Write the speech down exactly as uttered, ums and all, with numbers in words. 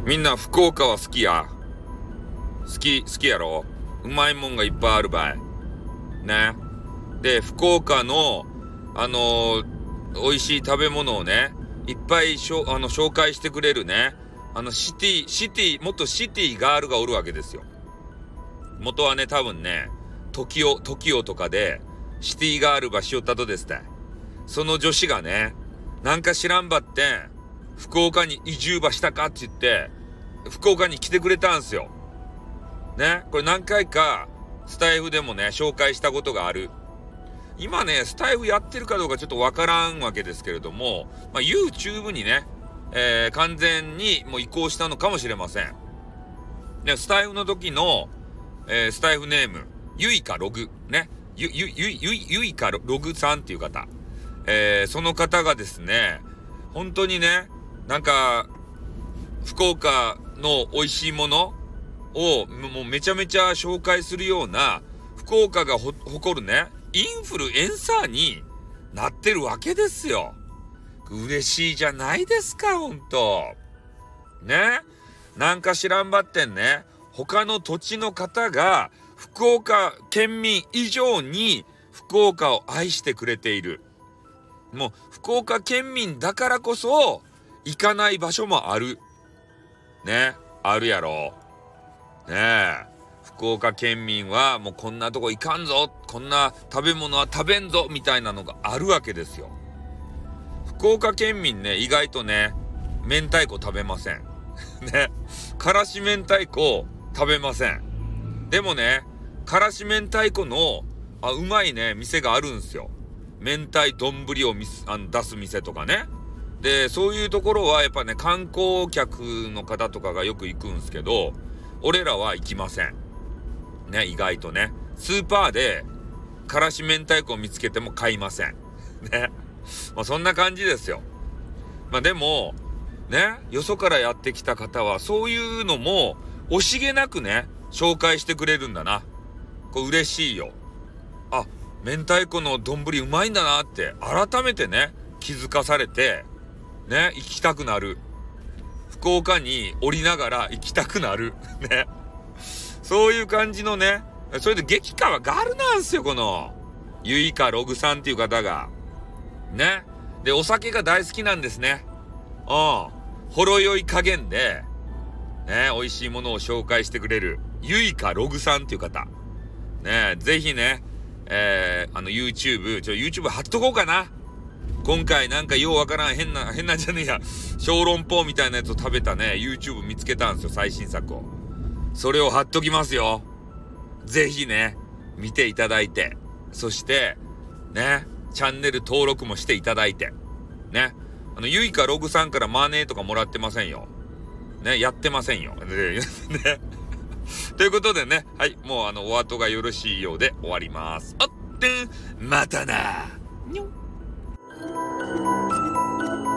みんな福岡は好きや。好き、好きやろ。うまいもんがいっぱいあるばい。ね。で、福岡の、あのー、美味しい食べ物をね、いっぱいしょあの紹介してくれるね、あのシティ、シティ、元シティガールがおるわけですよ。元はね、多分ね、時を、時をとかで、シティガールばしよったとですね。その女子がね、なんか知らんばって、福岡に移住ばしたかって言って、福岡に来てくれたんすよ。ね、これ何回か、スタイフでもね、紹介したことがある。今ね、スタイフやってるかどうかちょっとわからんわけですけれども、まあ、YouTube にね、えー、完全にもう移行したのかもしれません。で、スタイフの時の、えー、スタイフネーム、ゆいかログ、ね、ゆ、ゆ、ゆ、ゆ、ゆいかログさんっていう方、えー、その方がですね、本当にね、なんか、福岡の美味しいものをもうめちゃめちゃ紹介するような、福岡がほ誇るね、インフルエンサーになってるわけですよ。嬉しいじゃないですか、ほんと。ね。なんか知らんばってんね、他の土地の方が福岡県民以上に福岡を愛してくれている。もう福岡県民だからこそ行かない場所もある。ね。あるやろ。ねえ。福岡県民はもうこんなとこ行かんぞ、こんな食べ物は食べんぞみたいなのがあるわけですよ。福岡県民ね、意外とね、明太子食べません。ね。からし明太子食べません。でもね、からし明太子のあうまいね店があるんですよ。明太丼をみすあの出す店とかね。で、そういうところはやっぱね、観光客の方とかがよく行くんですけど、俺らは行きません。ね、意外とね。スーパーで、からし明太子を見つけても買いません。ね。まあそんな感じですよ。まあでも、ね、よそからやってきた方は、そういうのも、惜しげなくね、紹介してくれるんだな。これ嬉しいよ。あ、明太子の丼うまいんだなって、改めてね、気づかされて、ね、行きたくなる。福岡に降りながら行きたくなる。ね。そういう感じのね、それで激川ガールなんすよ、この、ゆいかログさんっていう方が。ね。で、お酒が大好きなんですね。うん。ほろ酔い加減で、ね、美味しいものを紹介してくれる、ゆいかログさんっていう方。ね、ぜひね、えー、あの YouTube、ちょ、YouTube 貼っとこうかな。今回なんかようわからん変な、変なんじゃねえや、小籠包みたいなやつを食べたね、YouTube 見つけたんですよ、最新作を。それを貼っときますよ。ぜひね、見ていただいて、そして、ね、チャンネル登録もしていただいて、ね、あの、ゆいかログさんからマネーとかもらってませんよ。ね、やってませんよ。ね。ということでね、はい、もうあの、お後がよろしいようで終わります。あってん、またな。にょ